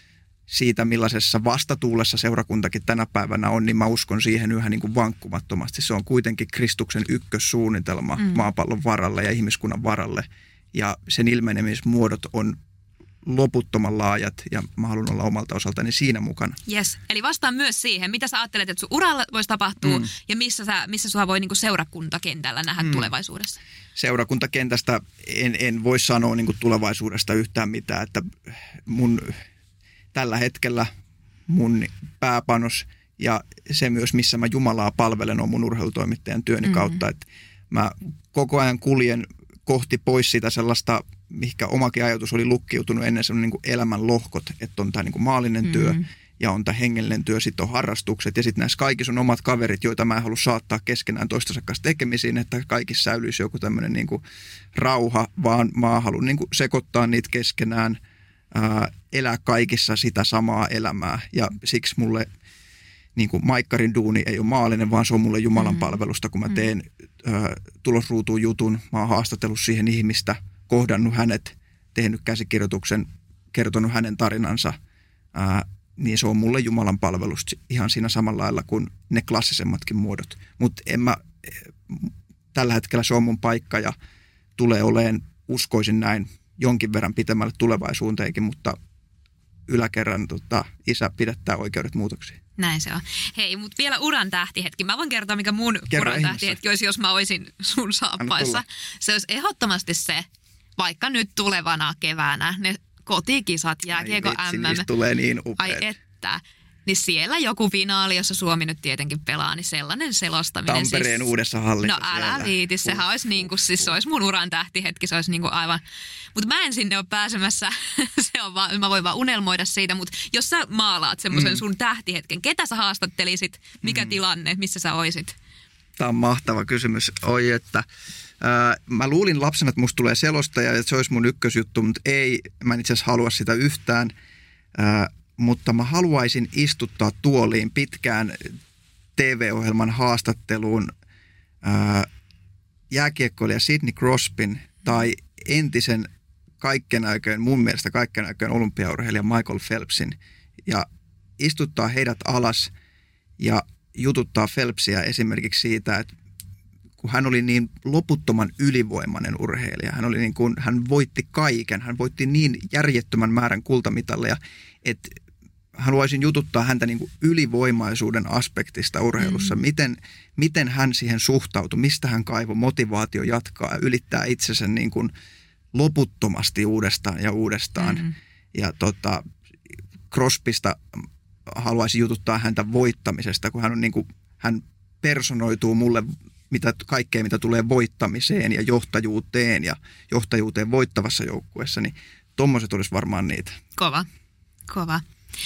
Speaker 2: siitä, millaisessa vastatuulessa seurakuntakin tänä päivänä on, niin mä uskon siihen yhä niin kuin vankkumattomasti. Se on kuitenkin Kristuksen ykkössuunnitelma mm. maapallon varalle ja ihmiskunnan varalle. Ja sen ilmenemismuodot on loputtoman laajat ja mä haluan olla omalta osaltani siinä mukana.
Speaker 1: Yes. Eli vastaan myös siihen, mitä sä ajattelet, että sun uralla voisi tapahtua mm. ja missä, sä, missä sua voi niin kuin seurakuntakentällä nähdä mm. tulevaisuudessa?
Speaker 2: Seurakuntakentästä en, en voi sanoa niin kuin tulevaisuudesta yhtään mitään, että mun tällä hetkellä mun pääpanos ja se myös, missä mä Jumalaa palvelen, on mun urheilutoimittajan työni mm-hmm. kautta. Että mä koko ajan kuljen kohti pois sitä sellaista, mihinkä omakin ajatus oli lukkiutunut ennen sellainen niin kuin elämän lohkot, että on tämä niin kuin maallinen työ mm-hmm. ja on tämä hengellinen työ, sitten on harrastukset ja sitten näissä kaikissa on omat kaverit, joita mä en halua saattaa keskenään toistensa kanssa tekemisiin, että kaikissa säilyisi joku tämmöinen niin kuin rauha, vaan mä haluan niin kuin sekoittaa niitä keskenään, ää, elää kaikissa sitä samaa elämää ja siksi mulle niin kuin Maikkarin duuni ei ole maallinen, vaan se on mulle Jumalan palvelusta, kun mä teen ää, tulosruutuun jutun, mä oon haastatellut siihen ihmistä, kohdannut hänet, tehnyt käsikirjoituksen, kertonut hänen tarinansa, ää, niin se on mulle Jumalan palvelusta ihan siinä samalla lailla kuin ne klassisemmatkin muodot. Mutta en mä, tällä hetkellä se on mun paikka ja tulee oleen, uskoisin näin, jonkin verran pitemmälle tulevaisuuteenkin, mutta yläkerran tota, isä pidättää oikeudet muutoksiin.
Speaker 1: Näin se on. Hei, mutta vielä uran tähtihetki. Mä voin kertoa, mikä mun Kerro uran ihmeessä. tähtihetki olisi, jos mä olisin sun saappaissa. Se olisi ehdottomasti se, vaikka nyt tulevana keväänä, ne kotikisat, jääkiekko M M.
Speaker 2: Niistä tulee niin upeat.
Speaker 1: Ai että. Niin siellä joku finaali, jossa Suomi nyt tietenkin pelaa, niin sellainen selostaminen.
Speaker 2: Tampereen
Speaker 1: siis,
Speaker 2: uudessa hallissa.
Speaker 1: No älä siellä. viiti, sehän olisi niin kuin, siis se olisi mun uran tähtihetki, se olisi niin kuin aivan. Mutta mä en sinne ole pääsemässä, se on vaan, mä voin vaan unelmoida siitä, mutta jos sä maalaat semmoisen mm. sun tähtihetken, ketä sä haastattelisit, mikä mm. tilanne, missä sä oisit?
Speaker 2: Tämä on mahtava kysymys. Oi, että äh, mä luulin lapsena, että musta tulee selostaja ja että se olisi mun ykkösjuttu, mutta ei, mä en itse asiassa halua sitä yhtään. Äh, mutta mä haluaisin istuttaa tuoliin pitkään T V-ohjelman haastatteluun ää, jääkiekkoilija Sidney Crosbyn tai entisen kaikkien aikojen, mun mielestä kaikkien aikojen olympiaurheilija Michael Phelpsin ja istuttaa heidät alas ja jututtaa Phelpsia esimerkiksi siitä, että kun hän oli niin loputtoman ylivoimainen urheilija, hän, oli niin kuin, hän voitti kaiken, hän voitti niin järjettömän määrän kultamitalleja, että haluaisin jututtaa häntä niin kuin ylivoimaisuuden aspektista urheilussa. Mm. Miten, miten hän siihen suhtautui, mistä hän kaivoi motivaatio jatkaa ja ylittää itsensä niin kuin loputtomasti uudestaan ja uudestaan. Mm. Ja tota, Crosbysta haluaisin jututtaa häntä voittamisesta, kun hän, on niin kuin, hän personoituu mulle mitä, kaikkea, mitä tulee voittamiseen ja johtajuuteen ja johtajuuteen voittavassa joukkueessa, niin tommoset olisi varmaan niitä.
Speaker 1: Kova, kova.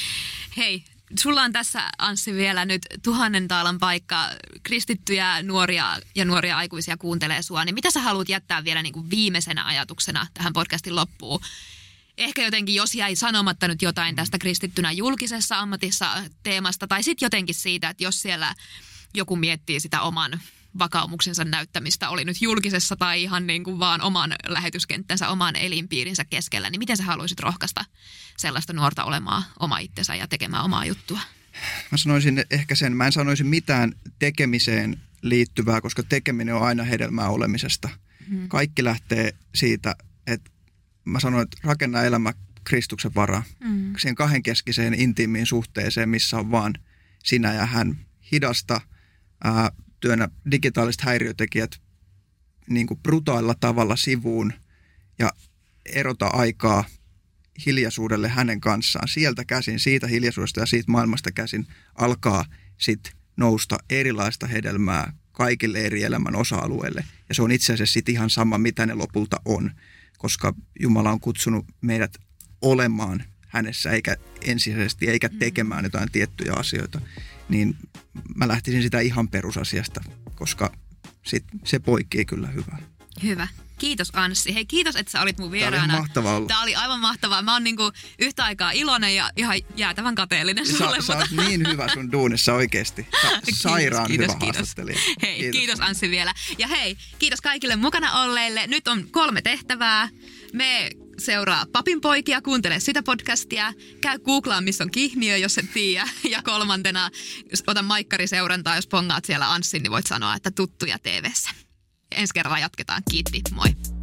Speaker 1: Hei, sulla on tässä, Anssi, vielä nyt tuhannen taalan paikka. Kristittyjä nuoria ja nuoria aikuisia kuuntelee sua. Niin mitä sä haluat jättää vielä niin kuin viimeisenä ajatuksena tähän podcastin loppuun? Ehkä jotenkin, jos jäi sanomatta nyt jotain tästä kristittynä julkisessa ammatissa teemasta, tai sitten jotenkin siitä, että jos siellä joku miettii sitä oman vakaumuksensa näyttämistä, oli nyt julkisessa tai ihan niin kuin vaan oman lähetyskenttänsä, oman elinpiirinsä keskellä, niin miten sä haluaisit rohkaista sellaista nuorta olemaan oma itsensä ja tekemään omaa juttua?
Speaker 2: Mä sanoisin ehkä sen, mä en sanoisi mitään tekemiseen liittyvää, koska tekeminen on aina hedelmää olemisesta. Hmm. Kaikki lähtee siitä, että mä sanoin, että rakenna elämä Kristuksen varaan. Hmm. Siihen kahdenkeskiseen intiimiin suhteeseen, missä on vaan sinä ja hän, hidasta, ää, työnä digitaaliset häiriötekijät niin kuin brutaalilla tavalla sivuun ja erota aikaa hiljaisuudelle hänen kanssaan. Sieltä käsin, siitä hiljaisuudesta ja siitä maailmasta käsin alkaa sitten nousta erilaista hedelmää kaikille eri elämän osa-alueille. Ja se on itse asiassa sit ihan sama, mitä ne lopulta on, koska Jumala on kutsunut meidät olemaan hänessä eikä ensisijaisesti eikä tekemään jotain tiettyjä asioita. Niin mä lähtisin sitä ihan perusasiasta, koska sit se poikii kyllä hyvää.
Speaker 1: Hyvä. Kiitos Anssi. Hei, kiitos, että sä olit mun vieraana.
Speaker 2: Tämä oli mahtavaa olla.
Speaker 1: Tämä oli aivan mahtavaa. Mä oon niinku yhtä aikaa iloinen ja ihan jäätävän kateellinen
Speaker 2: sä,
Speaker 1: sulle.
Speaker 2: Sä
Speaker 1: mutta...
Speaker 2: oot niin hyvä sun duunissa oikeesti. Sä sairaan
Speaker 1: kiitos,
Speaker 2: hyvä
Speaker 1: kiitos.
Speaker 2: haastattelija.
Speaker 1: Hei, kiitos.
Speaker 2: kiitos
Speaker 1: Anssi vielä. Ja hei, kiitos kaikille mukana olleille. Nyt on kolme tehtävää. Me seuraa Papin poikia, kuuntele sitä podcastia. Käy googlaa, missä on Kihniö, jos et tiedä. Ja kolmantena, ota maikkariseurantaa, jos pongaat siellä Anssin, niin voit sanoa, että tuttuja T V:ssä. Ensi kerralla jatketaan. Kiitti, moi.